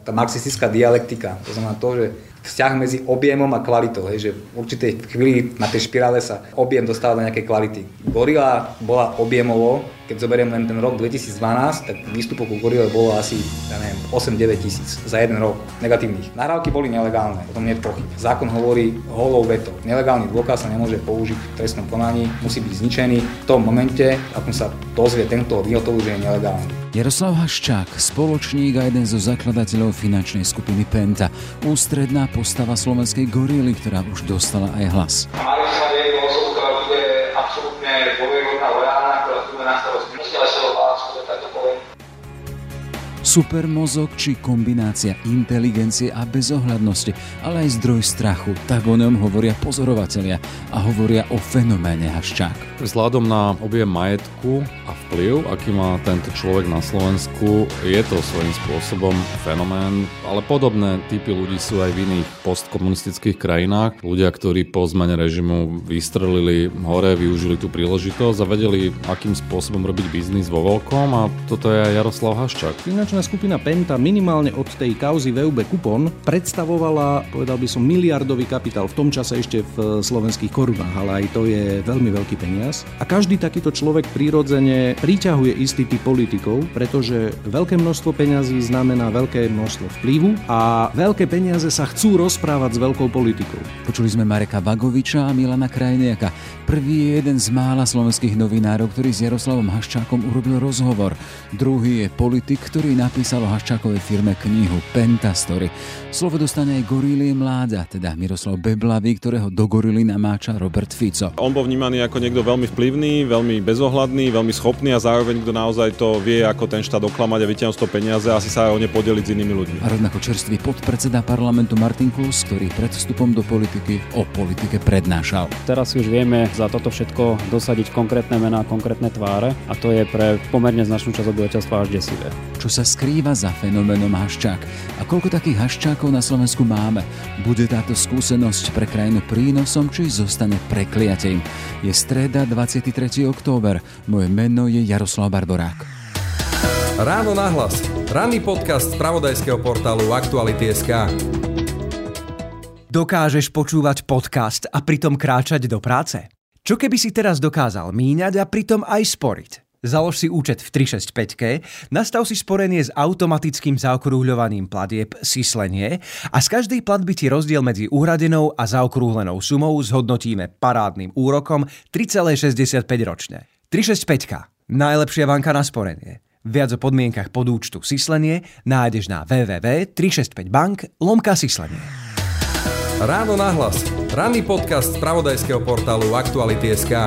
tá marxistická dialektika. To znamená to, že vzťah medzi objemom a kvalitou, hej, že v určitej chvíli na tej špirále sa objem dostáva do nejakej kvality. Gorila bola objemovo, keď zoberiem len ten rok 2012, tak výstupov ku Gorile bolo asi 8-9 tisíc za jeden rok negatívnych. Nahrávky boli nelegálne, o tom nie je pochyb. Zákon hovorí holou vetou. Nelegálny dôkaz sa nemôže použiť v trestnom konaní, musí byť zničený v tom momente, ako sa dozvie tento vyhotový, že je nelegálny. Jaroslav Haščák, spoločník a jeden zo zakladateľov finančnej skupiny Penta, ústredná postava slovenskej Gorily, ktorá už dostala aj hlas. Mali sme jednu osobu, ktorá bude absolútne dôveryhodná, lojálna, ktorá tu na starosti. Musíme sa obávať, že takto poviem. Supermozog či kombinácia inteligencie a bezohľadnosti, ale aj zdroj strachu. Tak o ňom hovoria pozorovatelia a hovoria o fenoméne Haščák. Vzhľadom na objem majetku a vplyv, aký má tento človek na Slovensku, je to svojím spôsobom fenomén, ale podobné typy ľudí sú aj v iných postkomunistických krajinách. Ľudia, ktorí po zmene režimu vystrelili hore, využili tú príležitosť a vedeli, akým spôsobom robiť biznis vo veľkom, a toto je aj Jaroslav Haščák. Finančná skupina Penta minimálne od tej kauzy VUB Kupon predstavovala, povedal by som, miliardový kapitál, v tom čase ešte v slovenských korunách, ale aj to je veľmi veľký peniaz. A každý takýto človek prirodzene priťahuje istý typ politikov, pretože veľké množstvo peňazí znamená veľké množstvo vplyvu a veľké peniaze sa chcú rozprávať s veľkou politikou. Počuli sme Mareka Vagoviča a Milana Krajniaka. Prvý je jeden z mála slovenských novinárov, ktorý s Jaroslavom Haščákom urobil rozhovor. Druhý je politik, ktorý napísal o Haščákovej firme knihu Penta Story. Slovo dostane aj Gorily mláda, teda Miroslav Beblavý, ktorého do Gorily namáča Robert Fico. On bol vnímaný ako niekto veľmi vplyvný, veľmi bezohľadný, veľmi schopný a zároveň kto naozaj to vie, ako ten štát oklamať a vytiahnuť z toho peniaze, asi sa o ne podeliť s inými ľuďmi. A rovnako čerstvý podpredseda parlamentu Martin Klus, ktorý pred vstupom do politiky o politike prednášal. Teraz už vieme za toto všetko dosadiť konkrétne mená, konkrétne tváre, a to je pre pomerne značnú časť obyvateľstva až desivé. Čo sa skrýva za fenoménom Haščák a koľko takých Haščákov na Slovensku máme? Bude táto skúsenosť pre krajinu prínosom, či zostane prekliatím? Je streda, 23. október. Moje meno je Jaroslav Barborák. Ráno nahlas. Ranný podcast z spravodajského portálu Aktuality.sk. Dokážeš počúvať podcast a pritom kráčať do práce? Čo keby si teraz dokázal míňať a pritom aj sporiť? Založ si účet v 365, nastav si sporenie s automatickým zaokrúhľovaním platieb Sislenie a z každej platby ti rozdiel medzi uhradenou a zaokrúhlenou sumou zhodnotíme parádnym úrokom 3,65 ročne. 365, najlepšia banka na sporenie. Viac o podmienkach podúčtu Sislenie nájdeš na www.365bank/Sislenie. Ráno nahlas. Ranný podcast z spravodajského portálu Aktuality.sk.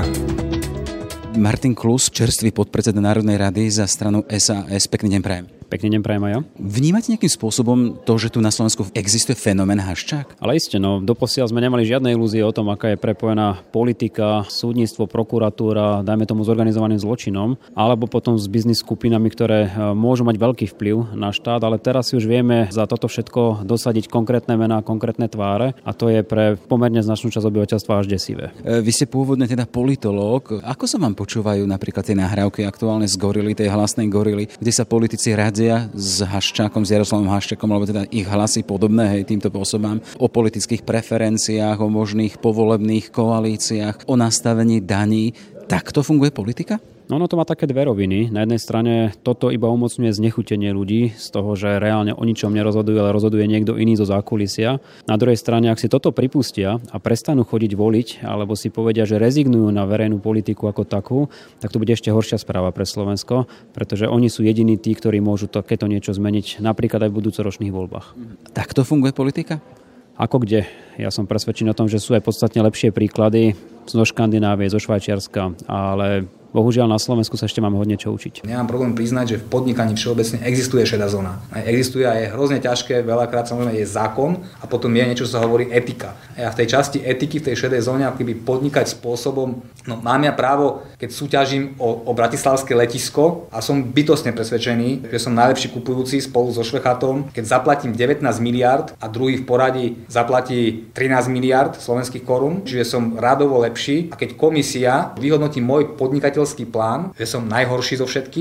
Martin Klus, čerstvý podpredseda Národnej rady za stranu SAS. Pekný deň prajem. Pekný deň prajem aj ja. Vnímate nejakým spôsobom to, že tu na Slovensku existuje fenomén Haščák? Ale iste, doposiaľ sme nemali žiadne ilúzie o tom, aká je prepojená politika, súdnictvo, prokuratúra, dajme tomu s organizovaným zločinom, alebo potom s biznis skupinami, ktoré môžu mať veľký vplyv na štát, ale teraz si už vieme za toto všetko dosadiť konkrétne mená, konkrétne tváre, a to je pre pomerne značnú časť obyvateľstva až desivé. Vy ste pôvodne teda politológ. Ako sa vám počúvajú napríklad tie nahrávky aktuálne z Gorily, tej hlasnej Gorily, kde sa politici radia s Haščákom, s Jaroslavom Haščákom, alebo teda ich hlasy podobné týmto osobám, o politických preferenciách, o možných povolebných koalíciách, o nastavení daní. Takto funguje politika? Ono to má také dve roviny. Na jednej strane toto iba umocňuje znechutenie ľudí z toho, že reálne o ničom nerozhodujú, ale rozhoduje niekto iný zo zákulisia. Na druhej strane, ak si toto pripustia a prestanú chodiť voliť, alebo si povedia, že rezignujú na verejnú politiku ako takú, tak to bude ešte horšia správa pre Slovensko, pretože oni sú jediní tí, ktorí môžu takéto niečo zmeniť, napríklad aj v budúcoročných voľbách. Takto funguje politika? Ako kde? Ja som presvedčený o tom, že sú aj podstatne lepšie príklady zo Škandinávie, zo Švajčiarska, ale bohužiaľ na Slovensku sa ešte máme hodne čo učiť. Nemám problém priznať, že v podnikaní všeobecne existuje šedá zóna. Existuje a je hrozne ťažké, veľakrát samozrejme je zákon a potom je niečo, čo sa hovorí etika. A ja v tej časti etiky, v tej šedej zóne, ako keby podnikať spôsobom, mám ja právo, keď súťažím o bratislavské letisko a som bytostne presvedčený, že som najlepší kupujúci spolu so Švechatom, keď zaplatím 19 miliárd a druhý v poradí zaplatí 13 miliárd slovenských korún, čiže som radovo lepší, a keď komisia vyhodnotí môj podnikateľský plán, že som najhorší zo všetkých,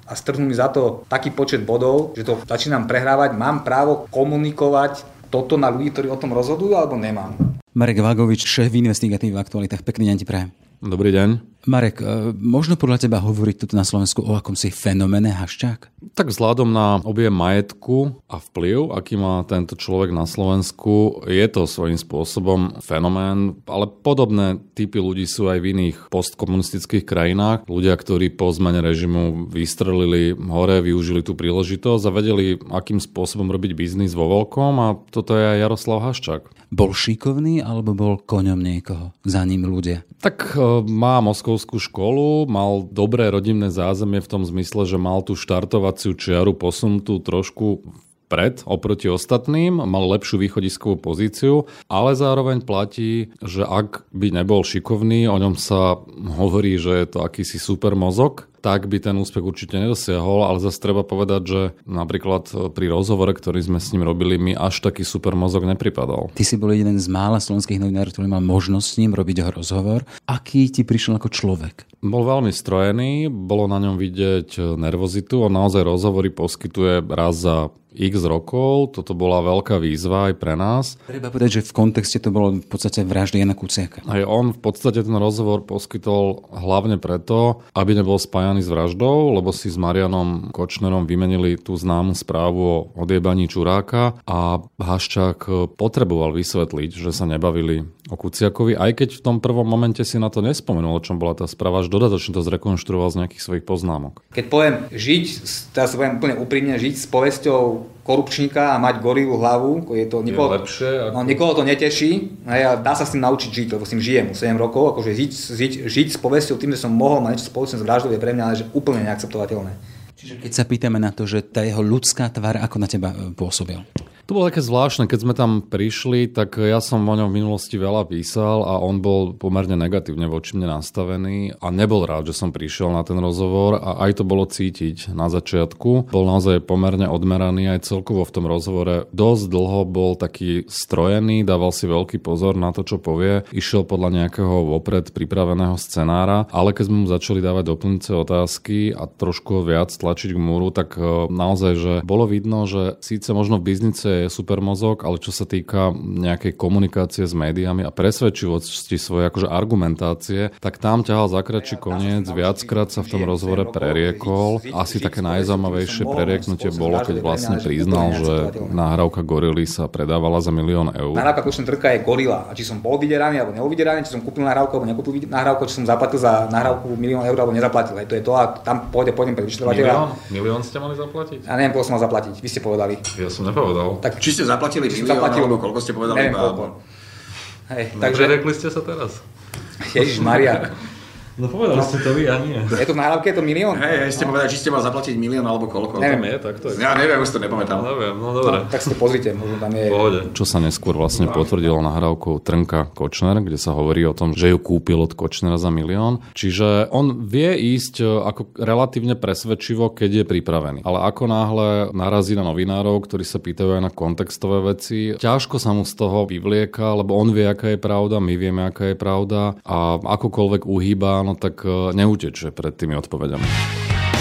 a strhnú mi za to taký počet bodov, že to začínam prehrávať, mám právo komunikovať toto na ľudí, ktorí o tom rozhodujú, alebo nemám? Marek Vagovič, šéf investigatív v Aktualitách. Pekný deň ti prajem. Dobrý deň. Marek, možno podľa teba hovoriť tu na Slovensku o akomsi fenoméne Haščák? Tak vzhľadom na objem majetku a vplyv, aký má tento človek na Slovensku, je to svojím spôsobom fenomén, ale podobné typy ľudí sú aj v iných postkomunistických krajinách. Ľudia, ktorí po zmene režimu vystrelili hore, využili tú príležitosť a vedeli, akým spôsobom robiť biznis vo veľkom, a toto je aj Jaroslav Haščák. Bol šikovný alebo bol koňom niekoho? Za ním ľudia? Tak má moskovskú školu, mal dobré rodinné zázemie v tom zmysle, že mal tú štartovaciu čiaru posunutú trošku vpred oproti ostatným, mal lepšiu východiskovú pozíciu, ale zároveň platí, že ak by nebol šikovný, o ňom sa hovorí, že je to akýsi supermozog, tak by ten úspech určite nedosiahol, ale zase treba povedať, že napríklad pri rozhovore, ktorý sme s ním robili, mi až taký supermozog nepripadal. Ty si bol jeden z mála slovenských novinárov, ktorý mal možnosť s ním robiť rozhovor. Aký ti prišiel ako človek? Bol veľmi strojený, bolo na ňom vidieť nervozitu, on naozaj rozhovory poskytuje raz za x rokov, toto bola veľká výzva aj pre nás. Treba povedať, že v kontexte to bolo v podstate vraždy Jana Kuciaka. Aj on v podstate ten rozhovor poskytol hlavne preto, aby nebol spájaný s vraždou, lebo si s Marianom Kočnerom vymenili tú známu správu o odjebaní Čuráka a Haščák potreboval vysvetliť, že sa nebavili o Kuciakovi, aj keď v tom prvom momente si na to nespomenul, o čom bola tá správa, až dodatočne to zrekonštruoval z nejakých svojich poznámok. Keď poviem žiť, teraz poviem úplne úprimne, žiť s povesťou korupčníka a mať gorilu hlavu, je to nikoho, je lepšie, ako... no, nikoho to neteší, a dá sa s tým naučiť žiť, lebo s tým žijem 7 rokov, akože žiť s povesťou tým, že som mohol mať niečo spoločné s vraždou, je pre mňa ale že úplne neakceptovateľné. Čiže keď sa pýtame na to, že tá jeho ľudská tvár, ako na teba pôsobil? To bolo také zvláštne, keď sme tam prišli, tak ja som o ňom v minulosti veľa písal a on bol pomerne negatívne voči mne nastavený a nebol rád, že som prišiel na ten rozhovor a aj to bolo cítiť na začiatku. Bol naozaj pomerne odmeraný aj celkovo v tom rozhovore. Dosť dlho bol taký strojený, dával si veľký pozor na to, čo povie. Išiel podľa nejakého vopred pripraveného scenára, ale keď sme mu začali dávať doplňujúce otázky a trošku viac tlačiť k múru, tak naozaj, že bolo vidno, že síce možno v biznise je supermozog, ale čo sa týka nejakej komunikácie s médiami a presvedčivosti svojej akože argumentácie, tak tam ťahal za kratší koniec, viackrát sa v tom rozhovore preriekol. Asi také najzaujímavejšie prerieknutie bolo, keď vlastne priznal, že nahrávka Gorily sa predávala za 1 000 000 eur. Nahrávka Kočner Trka je Gorila. A či som bol vyderaný alebo nebol vyderaný, či som kúpil nahrávku alebo nekúpil nahrávku, či som zaplatil za nahrávku 1 000 000 eur alebo nezaplatil. To je to a tam pôjdem pre vyšetrovateľa. Milión ste mali zaplatiť? Ja neviem, koľko som mal zaplatiť. Vy ste povedali. Ja som nepovedal. Tak, či ste zaplatili milión, alebo koľko ste povedali? Neviem koľko. Hej, takže rekli ste sa teraz. Ježišmaria. No povedali ste to vy, ja nie. Je to v nahrávke, je to 1 000 000? Hej, ste povedali, či ste mal zaplatiť 1 000 000 alebo koľko. Neviem. Je, tak to je. Ja neviem, už to nepamätám. Neviem, no dobre. Tak si to pozrite, možno tam je... Pohode. Čo sa neskôr vlastne potvrdilo nahrávkou Trnka Kočner, kde sa hovorí o tom, že ju kúpil od Kočnera za 1 000 000. Čiže on vie ísť ako relatívne presvedčivo, keď je pripravený. Ale ako náhle narazí na novinárov, ktorí sa pýtajú aj na kontextové veci, ťažko sa mu z toho vyvlieka, lebo on vie, aká je pravda, my vieme, aká je pravda a akokoľvek uhýba, no tak neutečie pred tými odpoveďami.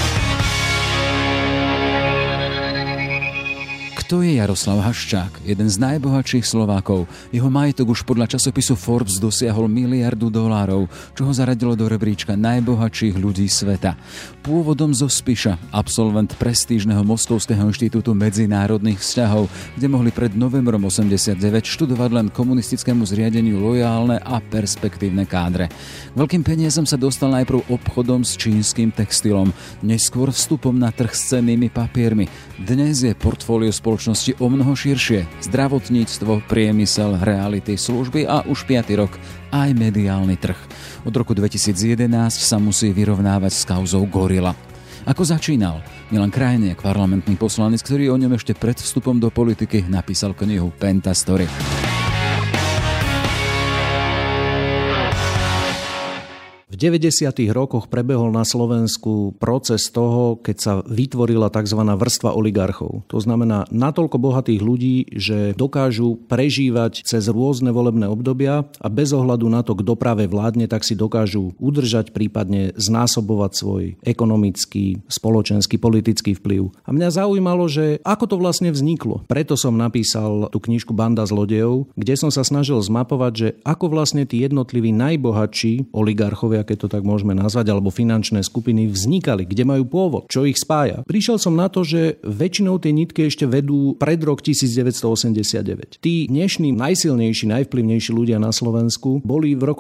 Kto je Jaroslav Haščák? Jeden z najbohatších Slovákov. Jeho majetok už podľa časopisu Forbes dosiahol $1 miliardu, čo ho zaradilo do rebríčka najbohatších ľudí sveta. Pôvodom zo Spiša, absolvent prestížneho Moskovského inštitútu medzinárodných vzťahov, kde mohli pred novembrom 89 študovať len komunistickému zriadeniu lojálne a perspektívne kádre. Veľkým peniazom sa dostal najprv obchodom s čínskym textilom, neskôr vstupom na trh s cennými papiermi. Dnes je portfólio spoločnosti o mnoho širšie. Zdravotníctvo, priemysel, reality, služby a už 5. rok aj mediálny trh. Od roku 2011 sa musí vyrovnávať s kauzou Gorila. Ako začínal? Milan Krajniak, parlamentný poslanec, ktorý o ňom ešte pred vstupom do politiky napísal knihu Pentastory. V V 90. rokoch prebehol na Slovensku proces toho, keď sa vytvorila tzv. Vrstva oligarchov. To znamená natoľko bohatých ľudí, že dokážu prežívať cez rôzne volebné obdobia a bez ohľadu na to, kto práve vládne, tak si dokážu udržať, prípadne znásobovať svoj ekonomický, spoločenský, politický vplyv. A mňa zaujímalo, že ako to vlastne vzniklo. Preto som napísal tú knižku Banda zlodejov, kde som sa snažil zmapovať, že ako vlastne tí jednotliví najbohatší oligarchovia, keď to tak môžeme nazvať, alebo finančné skupiny vznikali, kde majú pôvod, čo ich spája. Prišiel som na to, že väčšinou tie nitky ešte vedú pred rok 1989. Tí dnešní najsilnejší, najvplyvnejší ľudia na Slovensku boli v roku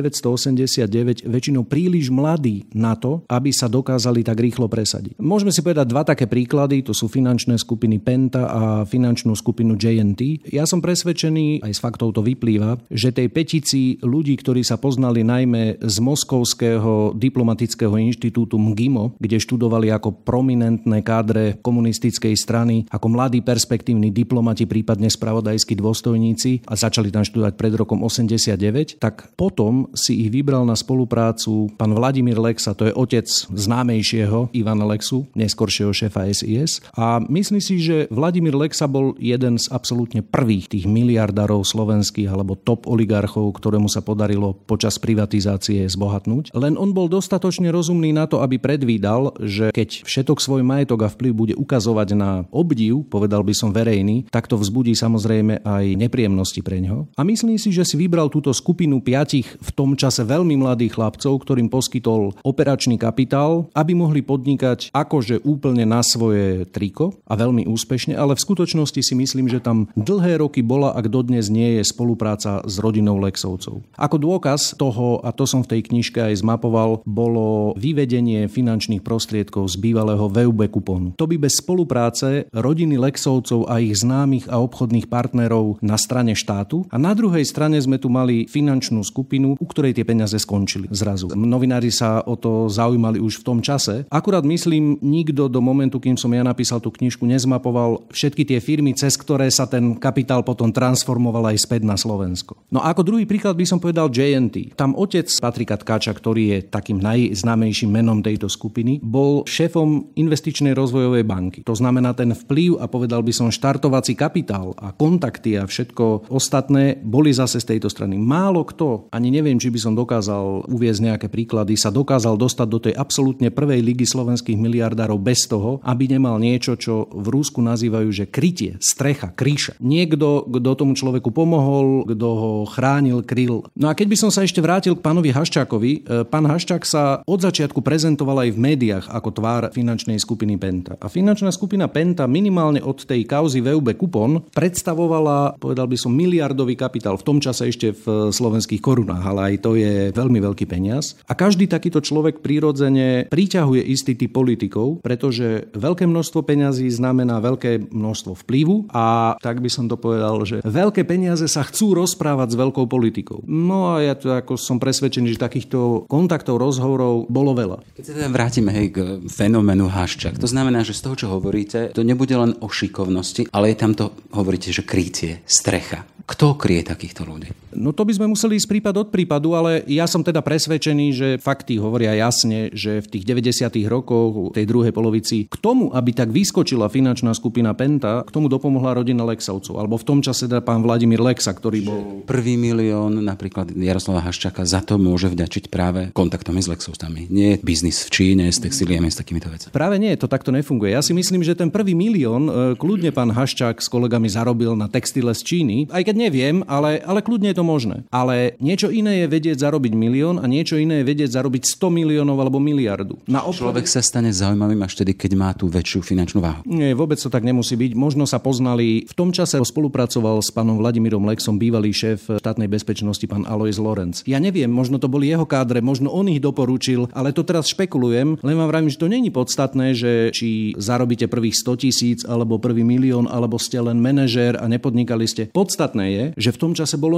1989 väčšinou príliš mladí na to, aby sa dokázali tak rýchlo presadiť. Môžeme si povedať dva také príklady, to sú finančné skupiny Penta a finančnú skupinu JNT. Ja som presvedčený, aj z faktov to vyplýva, že tej petici ľudí, ktorí sa poznali najmä z Moskovského diplomatického inštitútu MGIMO, kde študovali ako prominentné kádre komunistickej strany, ako mladí perspektívni diplomati, prípadne spravodajskí dôstojníci a začali tam študovať pred rokom 89, tak potom si ich vybral na spoluprácu pán Vladimír Lexa, to je otec známejšieho Ivana Lexu, neskoršieho šéfa SIS. A myslím si, že Vladimír Lexa bol jeden z absolútne prvých tých miliardárov slovenských alebo top oligarchov, ktorému sa podarilo počas privatizácie zbohatnúť. Len on bol dostatočne rozumný na to, aby predvídal, že keď všetok svoj majetok a vplyv bude ukazovať na obdiv, povedal by som verejný, tak to vzbudí samozrejme aj nepríjemnosti pre ňo. A myslím si, že si vybral túto skupinu 5 v tom čase veľmi mladých chlapcov, ktorým poskytol operačný kapitál, aby mohli podnikať akože úplne na svoje triko a veľmi úspešne, ale v skutočnosti si myslím, že tam dlhé roky bola a dodnes nie je spolupráca s rodinou Lexovcov. Ako dôkaz toho, a to som v tej knižke aj zmapoval, bolo vyvedenie finančných prostriedkov z bývalého VUB kupónu. To by bez spolupráce rodiny Lexovcov a ich známych a obchodných partnerov na strane štátu a na druhej strane sme tu mali finančnú skupinu, u ktorej tie peniaze skončili zrazu. Novinári sa o to zaujímali už v tom čase. Akurát myslím, nikto do momentu, kým som ja napísal tú knižku, nezmapoval všetky tie firmy, cez ktoré sa ten kapitál potom transformoval aj späť na Slovensko. No a ako druhý príklad by som povedal JNT. Tam otec Patrika Tkáča, ktorý je takým najznámejším menom tejto skupiny, bol šéfom investičnej rozvojovej banky. To znamená, ten vplyv a povedal by som štartovací kapitál a kontakty a všetko ostatné boli zase z tejto strany. Málo kto, ani neviem, či by som dokázal uviesť nejaké príklady, sa dokázal dostať do tej absolútne prvej ligy slovenských miliardárov bez toho, aby nemal niečo, čo v Rusku nazývajú, že krytie, strecha, kríša. Niekto, kto tomu človeku pomohol, kto ho chránil, kryl. No a keď by som sa ešte vrátil k pánovi Haščákovi, pán Haščák sa od začiatku prezentoval aj v médiách ako tvár finančnej skupiny Penta. A finančná skupina Penta minimálne od tej kauzy VUB kupón predstavovala, povedal by som, miliardový kapitál, v tom čase ešte v slovenských korunách, ale aj to je veľmi veľký peniaz. A každý takýto človek prirodzene priťahuje istý typ politikov, pretože veľké množstvo peňazí znamená veľké množstvo vplyvu a tak by som to povedal, že veľké peniaze sa chcú rozprávať s veľkou politikou. No a ja to ako som presvedčený, že takýchto kontaktov, rozhovorov bolo veľa. Keď sa teda vrátime k fenoménu Haščák, to znamená, že z toho, čo hovoríte, to nebude len o šikovnosti, ale je tam to, hovoríte, že krytie, strecha. Kto kryje takýchto ľudí? No to by sme museli ísť prípad od prípadu, ale ja som teda presvedčený, že fakty hovoria jasne, že v tých 90. rokoch, tej druhej polovici, k tomu, aby tak vyskočila finančná skupina Penta, k tomu dopomohla rodina Lexovcov, alebo v tom čase teda pán Vladimír Lexa, ktorý bol... 1. milión napríklad Jaroslava Haščáka za to môže vďačiť práve kontaktami s Lexovcami. Nie je biznis v Číne s textíliami, s takýmito vecami. Práve nie, to takto nefunguje. Ja si myslím, že ten 1. milión kľudne pán Haščák s kolegami zarobil na textile z Číny, aj keď neviem, ale kľudne je to možné. Ale niečo iné je vedieť zarobiť milión a niečo iné je vedieť zarobiť 100 miliónov alebo miliardu. Človek sa stane zaujímavým až tedy, keď má tú väčšiu finančnú váhu. Nie, vôbec to tak nemusí byť. Možno sa poznali. V tom čase spolupracoval s pánom Vladimírom Lexom bývalý šéf štátnej bezpečnosti pán Alojz Lorenc. Ja neviem, možno to boli jeho kádre, možno on ich doporučil, ale to teraz špekulujem. Len vám vravím, že to není podstatné, že či zarobíte prvých 100 000 alebo 1. milión, alebo ste len manažér a nepodnikali ste. Podstatné je, že v tom čase bolo nemožné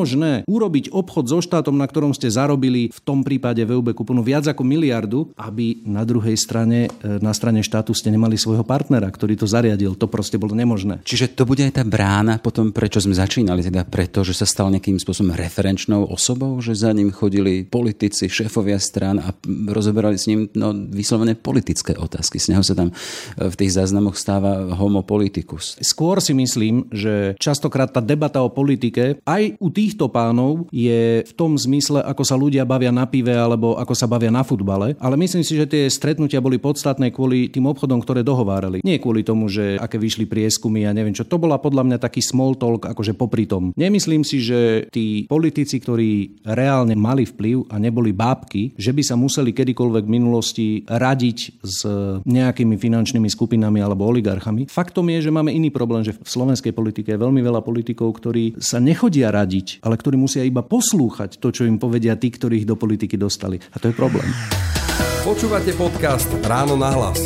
nemožné urobiť obchod so štátom, na ktorom ste zarobili v tom prípade VUB Couponu viac ako miliardu, aby na druhej strane, na strane štátu ste nemali svojho partnera, ktorý to zariadil. To proste bolo nemožné. Čiže to bude aj tá brána potom, prečo sme začínali, teda preto, že sa stal nejakým spôsobom referenčnou osobou, že za ním chodili politici, šéfovia strán a rozoberali s ním vyslovene politické otázky. Z neho sa tam v tých záznamoch stáva homo politicus. Skôr si myslím, že častokrát tá debata o politike aj u týchto pánov je v tom zmysle, ako sa ľudia bavia na pive alebo ako sa bavia na futbale, ale myslím si, že tie stretnutia boli podstatné kvôli tým obchodom, ktoré dohovárali. Nie kvôli tomu, že aké vyšli prieskumy a neviem čo. To bola podľa mňa taký small talk, akože popri tom. Nemyslím si, že tí politici, ktorí reálne mali vplyv a neboli bábky, že by sa museli kedykoľvek v minulosti radiť s nejakými finančnými skupinami alebo oligarchami. Faktom je, že máme iný problém, že v slovenskej politike je veľmi veľa politikov, ktorí sa nechodia radiť, ale ktorí musia iba poslúchať to, čo im povedia tí, ktorí ich do politiky dostali. A to je problém. Počúvate podcast Ráno na hlas.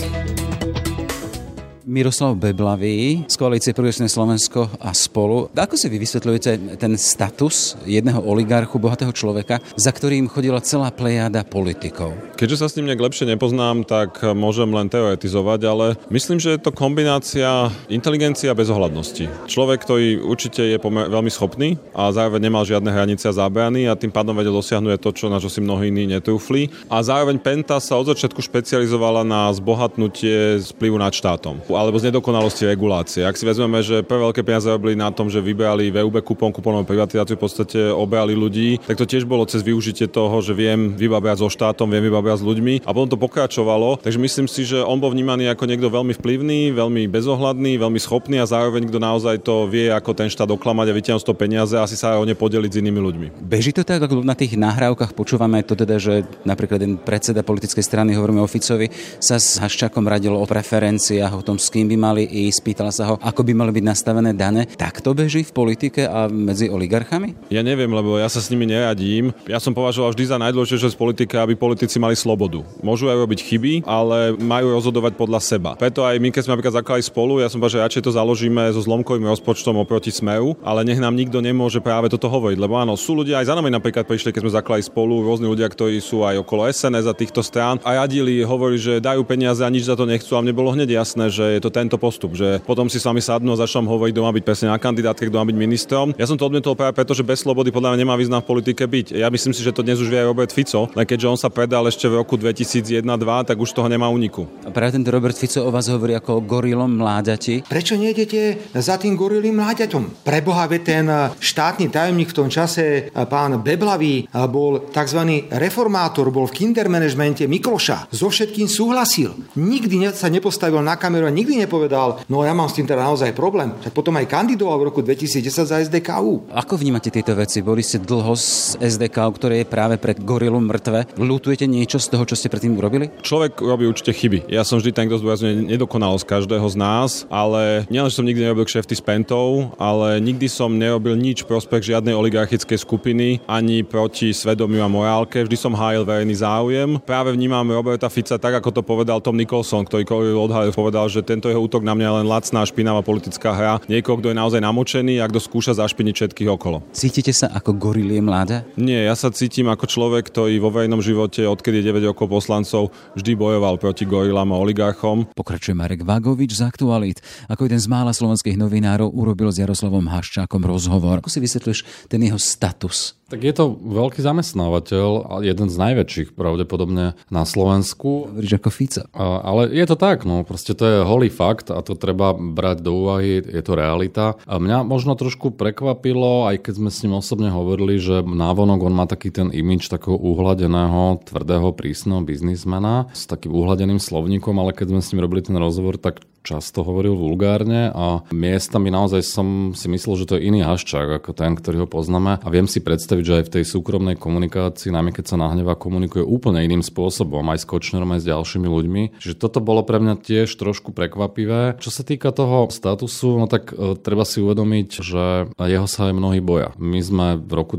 Miroslav Beblavý z koalície Progresívne Slovensko a Spolu. Ako si vy vysvetľujete ten status jedného oligarchu, bohatého človeka, za ktorým chodila celá plejáda politikov? Keďže sa s ním nejak lepšie nepoznám, tak môžem len teoretizovať, ale myslím, že je to kombinácia inteligencie a bezohľadnosti. Človek, ktorý určite je veľmi schopný a zároveň nemal žiadne hranice a zábrany a tým pádom vedel dosiahnuť to, na čo si mnohí iní netrúfli. A zároveň Penta sa od začiatku špecializovala na zbohatnutie z vplyvu nad štátom alebo z nedokonalosti regulácie. Ak si vezmeme, že prvé veľké peniaze robili na tom, že vybrali VUB kuponovú privatizáciu, v podstate obrali ľudí, tak to tiež bolo cez využitie toho, že viem vybabrať so štátom, viem vybabrať s ľuďmi a potom to pokračovalo. Takže myslím si, že on bol vnímaný ako niekto veľmi vplyvný, veľmi bezohľadný, veľmi schopný a zároveň kto naozaj to vie, ako ten štát oklamať a vytiahnuť to peniaze a asi sa o ne podeliť s inými ľuďmi. Beží to tak, ako na tých nahrávkach počúvame to teda, že napríklad ten predseda politickej strany, hovoríme o Ficovi, sa s Haščákom radilo o preferenciách, o tom, s kým by mali ísť, pýtala sa ho, ako by mali byť nastavené dane. Tak to beží v politike a medzi oligarchami? Ja neviem, lebo ja sa s nimi neradím. Ja som považoval vždy za najdôležitejšie z politiky, aby politici mali slobodu. Môžu aj robiť chyby, ale majú rozhodovať podľa seba. Preto aj my, keď sme napríklad zakladali Spolu, ja som povedal, že radšej to založíme so zlomkovým rozpočtom oproti Smeru, ale nech nám nikto nemôže práve toto hovoriť, lebo áno, sú ľudia aj za nami napríklad prišli, keď sme zakladali Spolu, rôzni ľudia, ktorí sú aj okolo SNS a týchto strán a radili, hovorili, že dajú peniaze a nič za to nechcú, a mne bolo hneď jasné, že je to tento postup, že potom si s vami sadnú a začnú hovoriť, kto má byť presne na kandidátke, kto má byť ministrom. Ja som to odmietol práve preto, že bez slobody podľa mňa nemá význam v politike byť. Ja myslím si, že to dnes už vie aj Robert Fico, len keďže on sa predal ešte v roku 2001-2002, tak už toho nemá úniku. A práve tento Robert Fico o vás hovorí ako o gorilom mláďati. Prečo nejdete za tým gorilým mláďaťom? Preboha, veď ten štátny tajomník v tom čase, pán Beblavý, bol tzv. Reformátor, bol v kindermanagemente Mikloša. So všetkým súhlasil. Nikdy sa nepostavil na kameru a nikdy nepovedal, no ja mám s tým teda naozaj problém. Tak potom aj kandidoval v roku 2010 za SDKU. Ako vnímate tieto veci? Boli ste dlho z SDKU, ktoré je práve pred gorilu mŕtve. Ľutujete niečo z toho, čo ste predtým urobili? Človek robí určite chyby. Ja som vždy ten, kto zdôrazňuje nedokonalosť každého z nás, ale nielen, že som nikdy nerobil kšefty s Pentou, ale nikdy som nerobil nič v prospech žiadnej oligarchickej skupiny ani proti svedomiu a morálke. Vždy som hájil verejný záujem. Práve vnímam Roberta Fica tak, ako to povedal Tom Nicholson, ktorý odhalil, povedal, že tento jeho útok na mňa je len lacná špinavá politická hra. Niekoho, kto je naozaj namočený a kto skúša zašpiniť všetkých okolo. Cítite sa ako gorilie mláda? Nie, ja sa cítim ako človek, ktorý vo verejnom živote, odkedy je 9 rokov poslancov, vždy bojoval proti gorilám a oligarchom. Pokračuje Marek Vagovič z Aktualít. Ako jeden z mála slovenských novinárov urobil s Jaroslavom Haščákom rozhovor. Ako si vysvetľuješ ten jeho status? Tak je to veľký zamestnávateľ a jeden z najväčších pravdepodobne na Slovensku. Hovoríš ako Fica. Ale je to tak, no proste to je holý fakt a to treba brať do úvahy, je to realita. A mňa možno trošku prekvapilo, aj keď sme s ním osobne hovorili, že návonok on má taký ten imidž takého uhladeného, tvrdého, prísneho biznismena s takým uhladeným slovníkom, ale keď sme s ním robili ten rozhovor, tak často hovoril vulgárne a miestami naozaj som si myslel, že to je iný Haščák ako ten, ktorý ho poznáme a viem si predstaviť, že aj v tej súkromnej komunikácii, najmä keď sa nahnevá, komunikuje úplne iným spôsobom, aj s Kočnerom, aj s ďalšími ľuďmi. Čiže toto bolo pre mňa tiež trošku prekvapivé. Čo sa týka toho statusu, no tak treba si uvedomiť, že jeho sa aj mnohí boja. My sme v roku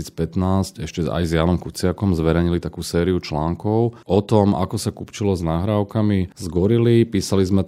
2015 ešte aj s Jánom Kuciakom zverejnili takú sériu článkov o tom, ako sa kupčilo s nahrávkami z gorily. Písali sme tam o tom,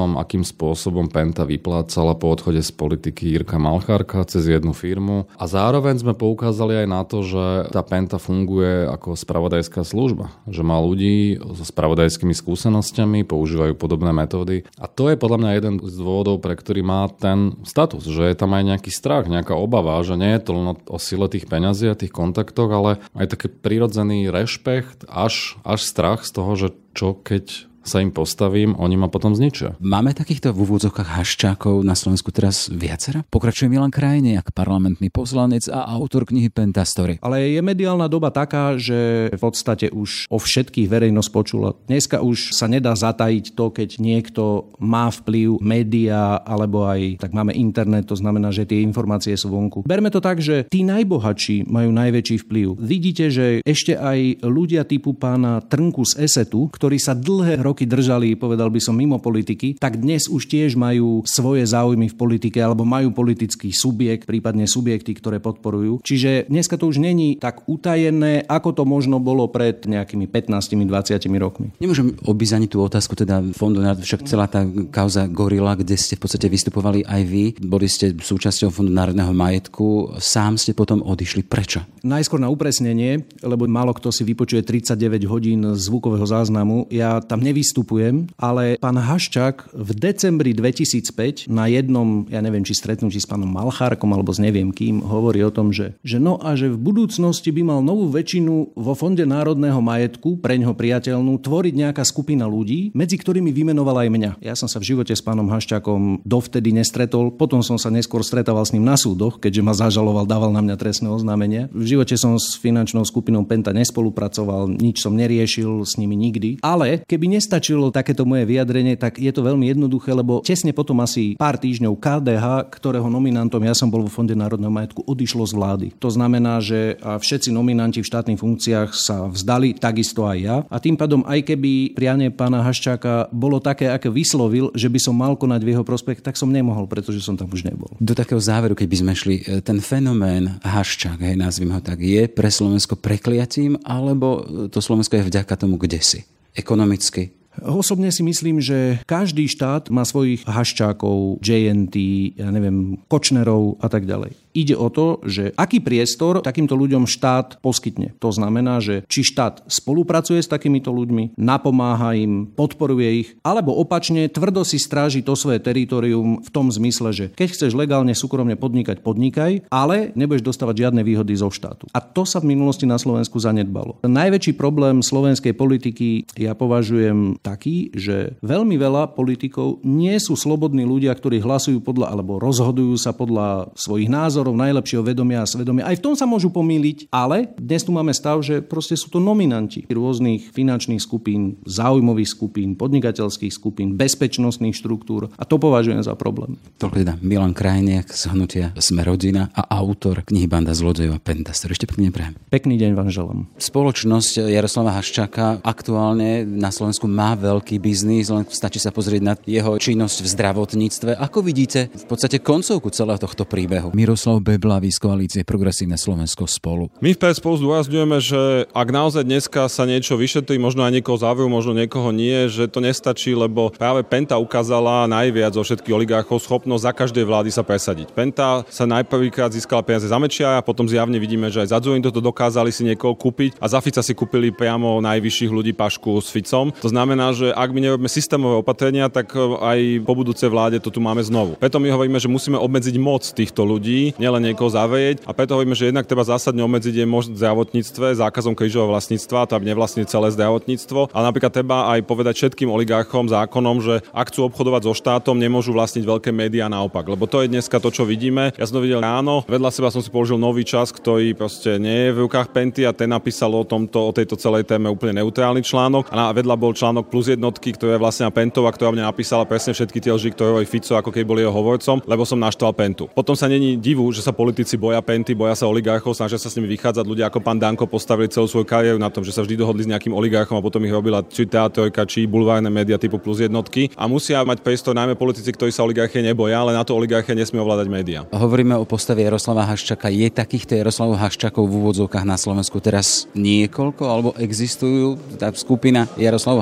tom, akým spôsobom Penta vyplácala po odchode z politiky Jirka Malchárka cez jednu firmu. A zároveň sme poukázali aj na to, že tá Penta funguje ako spravodajská služba. Že má ľudí so spravodajskými skúsenosťami, používajú podobné metódy. A to je podľa mňa jeden z dôvodov, pre ktorý má ten status. Že je tam aj nejaký strach, nejaká obava, že nie je to len o sile tých peňazí a tých kontaktoch, ale aj taký prirodzený rešpekt, až strach z toho, že čo keď sa im postavím, oni ma potom zničia. Máme takýchto v úvodzovkách haščákov na Slovensku teraz viacero? Pokračuje Milan Krajniak, parlamentný poslanec a autor knihy Pentastory. Ale je mediálna doba taká, že v podstate už o všetkých verejnosť počula. Dneska už sa nedá zatajiť to, keď niekto má vplyv, média, alebo aj tak máme internet, to znamená, že tie informácie sú vonku. Berme to tak, že tí najbohatší majú najväčší vplyv. Vidíte, že ešte aj ľudia typu pána Trnku z ESETu, ktorí sa dlhé roky držali, povedal by som, mimo politiky, tak dnes už tiež majú svoje záujmy v politike alebo majú politický subjekt, prípadne subjekty, ktoré podporujú. Čiže dneska to už není tak utajené, ako to možno bolo pred nejakými 15-20 rokmi. Nemôžem obísť ani tú otázku, teda Fondu národného, však celá tá kauza Gorila, kde ste v podstate vystupovali aj vy, boli ste súčasťou Fondu národného majetku, sám ste potom odišli. Prečo? Najskôr na upresnenie, lebo málo kto si vypočuje 39 hodín zvukového záznamu. Ja tam nevystupujem, ale pán Haščák v decembri 2005 na jednom, ja neviem, či stretnutí s pánom Malchárkom alebo s neviem kým, hovorí o tom, že v budúcnosti by mal novú väčšinu vo Fonde národného majetku, preňho priateľnú, tvoriť nejaká skupina ľudí, medzi ktorými vymenoval aj mňa. Ja som sa v živote s pánom Haščákom dovtedy nestretol, potom som sa neskôr stretával s ním na súdoch, keďže ma zažaloval, dával na mňa trestné oznámenia. V živote som s finančnou skupinou Penta nespolupracoval, nič som neriešil s nimi nikdy, ale keby nestačilo takéto moje vyjadrenie, tak je to veľmi jednoduché, lebo tesne potom asi pár týždňov KDH, ktorého nominantom ja som bol vo Fonde národného majetku, odišlo z vlády. To znamená, že všetci nominanti v štátnych funkciách sa vzdali, takisto aj ja. A tým pádom, aj keby prianie pána Haščáka bolo také, aké vyslovil, že by som mal konať v jeho prospech, tak som nemohol, pretože som tam už nebol. Do takého záveru, keď by sme šli, ten fenomén Haščák, nazvime ho tak, je pre Slovensko prekliatím, alebo to Slovensko je vďaka tomu kdesi? Ekonomicky? Osobne si myslím, že každý štát má svojich Haščákov, JNT, ja neviem, Kočnerov a tak ďalej. Ide o to, že aký priestor takýmto ľuďom štát poskytne. To znamená, že či štát spolupracuje s takýmito ľuďmi, napomáha im, podporuje ich, alebo opačne tvrdo si stráži to svoje teritorium v tom zmysle, že keď chceš legálne súkromne podnikať, podnikaj, ale nebudeš dostávať žiadne výhody zo štátu. A to sa v minulosti na Slovensku zanedbalo. Ten najväčší problém slovenskej politiky ja považujem taký, že veľmi veľa politikov nie sú slobodní ľudia, ktorí hlasujú podľa alebo rozhodujú sa podľa svojich názorov, najlepšieho vedomia a svedomia. Aj v tom sa môžu pomýliť, ale dnes tu máme stav, že proste sú to nominanti rôznych finančných skupín, záujmových skupín, podnikateľských skupín, bezpečnostných štruktúr a to považujem za problém. Toľko teda Milan Krajniak z hnutia Sme rodina a autor knihy Banda zlodejov a Pentastory. Ešte pekne prajem. Pekný deň vám želám. Spoločnosť Jaroslava Haščáka aktuálne na Slovensku má veľký biznis, len stačí sa pozrieť na jeho činnosť v zdravotníctve. Ako vidíte v podstate koncovku celého tohto príbehu? Miroslav Beblavý z koalície Progresívne Slovensko Spolu. My v PS Spolu zdôrazňujeme, že ak naozaj dneska sa niečo vyšetrí, možno aj niekoho záveru, možno niekoho nie, že to nestačí, lebo práve Penta ukázala najviac zo všetkých oligarchov schopnosť za každej vlády sa presadiť. Penta sa najprvýkrát získala peniaze za Mečiara a potom zjavne vidíme, že aj za Dzurindu to dokázali si niekoho kúpiť a za Fica si kúpili priamo najvyšších ľudí pašku s Ficom. To znamená, že ak my nerobíme systémové opatrenia, tak aj po budúcej vláde to tu máme znovu. Preto my hovoríme, že musíme obmedziť moc týchto ľudí, nielen niekoho zavrieť, a preto hovoríme, že jednak treba zásadne obmedziť možnosť v zdravotníctve zákazom krížového vlastníctva, to aby nevlastnili celé zdravotníctvo, ale napríklad treba aj povedať všetkým oligarchom zákonom, že ak chcú obchodovať so štátom, nemôžu vlastniť veľké médiá naopak, lebo to je dneska to, čo vidíme. Ja som to videl ráno, vedľa seba som si položil Nový čas, ktorý proste nie je v rukách Penty a ten napísal o tejto celej téme úplne neutrálny článok a vedľa bol článok Plus jednotky, ktorá je vlastne Pentová, ktorá mne napísala presne všetky tie lži, ktoré hovorí Fico, ako keď bol jeho hovorcom, lebo som naštval Pentu. Potom sa není divu, že sa politici boja Penty, boja sa oligarchov, snažia sa s nimi vychádzať. Ľudia ako pán Danko postavili celú svoju kariéru na tom, že sa vždy dohodli s nejakým oligarchom a potom ich robila či teatrojka, či bulvárne médiá typu Plus jednotky. A musia mať priestor najmä politici, ktorí sa oligarchie neboja, ale na to oligarchie nesmie ovládať médiá. Hovoríme o postave Jaroslava Haščáka. Je takýchto Jaroslavov Haščákov v úvodzovkách na Slovensku teraz niekoľko, alebo existujú tá skupina Jaroslavov Haščákov?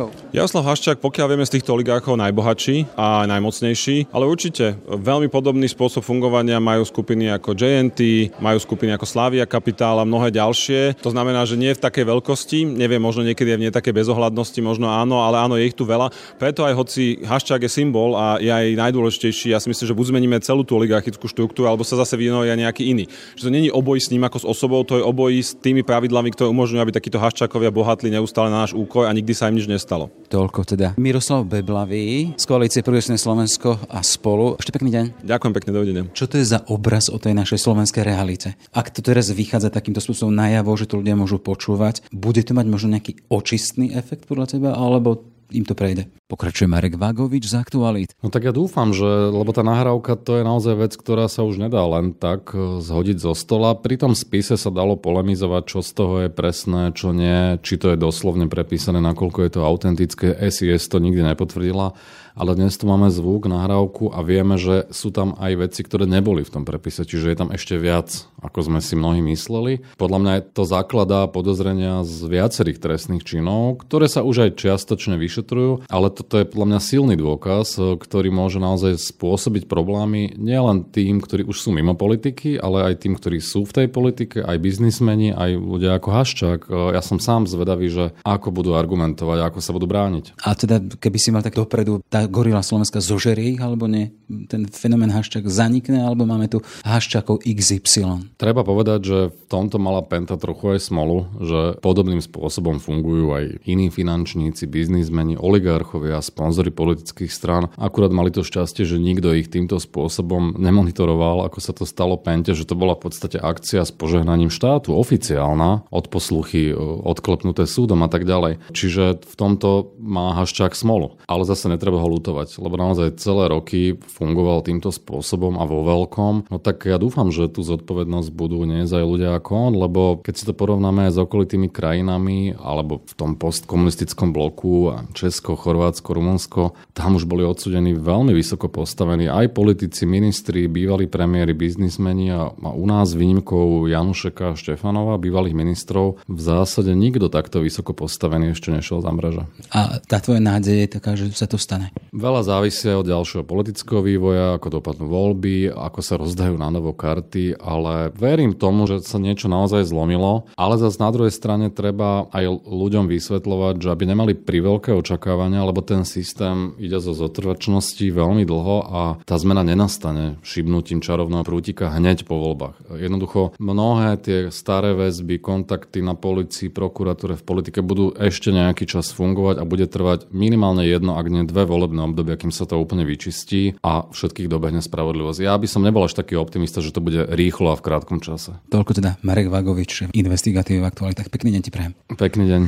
oligarchov? Jaroslav Haščák, pokiaľ vieme, z týchto oligarchov najbohatší a najmocnejší, ale určite veľmi podobný spôsob fungovania majú skupiny ako JNT, majú skupiny ako Slavia Kapitál a mnohé ďalšie. To znamená, že nie v takej veľkosti, neviem, možno niekedy aj v nie takej bezohľadnosti, možno áno, ale áno, je ich tu veľa. Preto aj hoci Haščák je symbol a je aj najdôležitejší, ja si myslím, že buď zmeníme celú tú oligarchickú štruktúru, alebo sa zase vyvinuje aj nejaký iný. Že to nie je obojí s ním ako s osobou, to je obojí s tými pravidlami, ktoré umožňujú, aby takíto Haščákovia bohatli neustále na náš úkor a nikdy sa im nič nestalo. Toľko teda. Miroslav Beblavý z koalície Progresívne Slovensko a Spolu. Ešte pekný deň. Ďakujem pekne, dovidenia. Čo to je za obraz o tej našej slovenskej realite? Ak to teraz vychádza takýmto spôsobom najavo, že to ľudia môžu počúvať, bude to mať možno nejaký očistný efekt podľa teba, alebo im to prejde? Pokračuje Marek Vagovič z Aktualít. No tak ja dúfam, že, lebo tá nahrávka to je naozaj vec, ktorá sa už nedá len tak zhodiť zo stola. Pri tom spise sa dalo polemizovať, čo z toho je presné, čo nie, či to je doslovne prepísané, nakoľko je to autentické. SIS to nikdy nepotvrdila, ale dnes tu máme zvuk, nahrávku a vieme, že sú tam aj veci, ktoré neboli v tom prepise, čiže je tam ešte viac, ako sme si mnohí mysleli. Podľa mňa to zakladá podozrenia z viacerých trestných činov, ktoré sa už aj čiastočne vyšetrujú, ale toto je podľa mňa silný dôkaz, ktorý môže naozaj spôsobiť problémy nielen tým, ktorí už sú mimo politiky, ale aj tým, ktorí sú v tej politike, aj biznismeni, aj ľudia ako Haščák. Ja som sám zvedavý, že ako budú argumentovať, ako sa budú brániť. A teda, keby si mal tak dopredu, tá gorila Slovenska zožerie ich, alebo nie? Ten fenomén Haščák zanikne, alebo máme tu Haščákov XY? Treba povedať, že v tomto mala Penta trochu aj smolu, že podobným spôsobom fungujú aj iní finančníci, biznismeni, oligarchovia, sponzori politických strán. Akurát mali to šťastie, že nikto ich týmto spôsobom nemonitoroval, ako sa to stalo Pente, že to bola v podstate akcia s požehnaním štátu, oficiálna, odposluchy, odklepnuté súdom a tak ďalej. Čiže v tomto má Haščák smolu. Ale zase netreba ho ľutovať, lebo naozaj celé roky fungoval týmto spôsobom a vo veľkom. No tak ja dúfam, že tú zodpovednosť budú niesť aj ľudia ako on, lebo keď si to porovnáme aj s okolitými krajinami, alebo v tom postkomunistickom bloku, Česko, Chorvátsko, Rumunsko, tam už boli odsúdení veľmi vysoko postavení aj politici, ministri, bývalí premiéri, biznismeni a u nás výnimkou Janušeka a Štefanova, bývalých ministrov, v zásade nikto takto vysoko postavený ešte nešiel za mreže. A tá tvoja nádej je taká, že sa to stane? Veľa závisia od ďalšieho politického vývoja, ako dopadnú voľby, ako sa rozdajú na novo karty, ale verím tomu, že sa niečo naozaj zlomilo, ale zase na druhej strane treba aj ľuďom vysvetľovať, že aby nemali priveľké očakávania, lebo ten systém ide zo zotrvačnosti veľmi dlho a tá zmena nenastane šibnutím čarovného prútika hneď po voľbách. Jednoducho mnohé tie staré väzby, kontakty na polícii, prokuratúre, v politike budú ešte nejaký čas fungovať a bude trvať minimálne jedno, ak nie dve volebné obdobia, kým sa to úplne vyčistí a všetkých dobehne spravodlivosť. Ja by som nebol až taký optimista, že to bude rýchlo a v krátkom čase. Toľko teda Marek Vagovič, investigatív v Aktualitách. Pekný deň ti prajem. Pekný deň.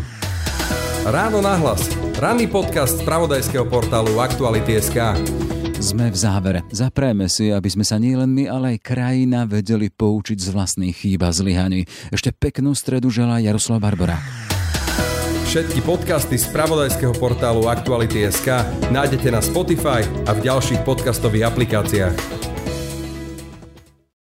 Ráno nahlas. Ranný podcast z spravodajského portálu Aktuality.sk. Sme v závere. Zaprajme si, aby sme sa nielen my, ale aj krajina vedeli poučiť z vlastných chýb a zlyhaní. Ešte peknú stredu želá Jaroslav Barborák. Všetky podcasty z spravodajského portálu Aktuality.sk nájdete na Spotify a v ďalších podcastových aplikáciách.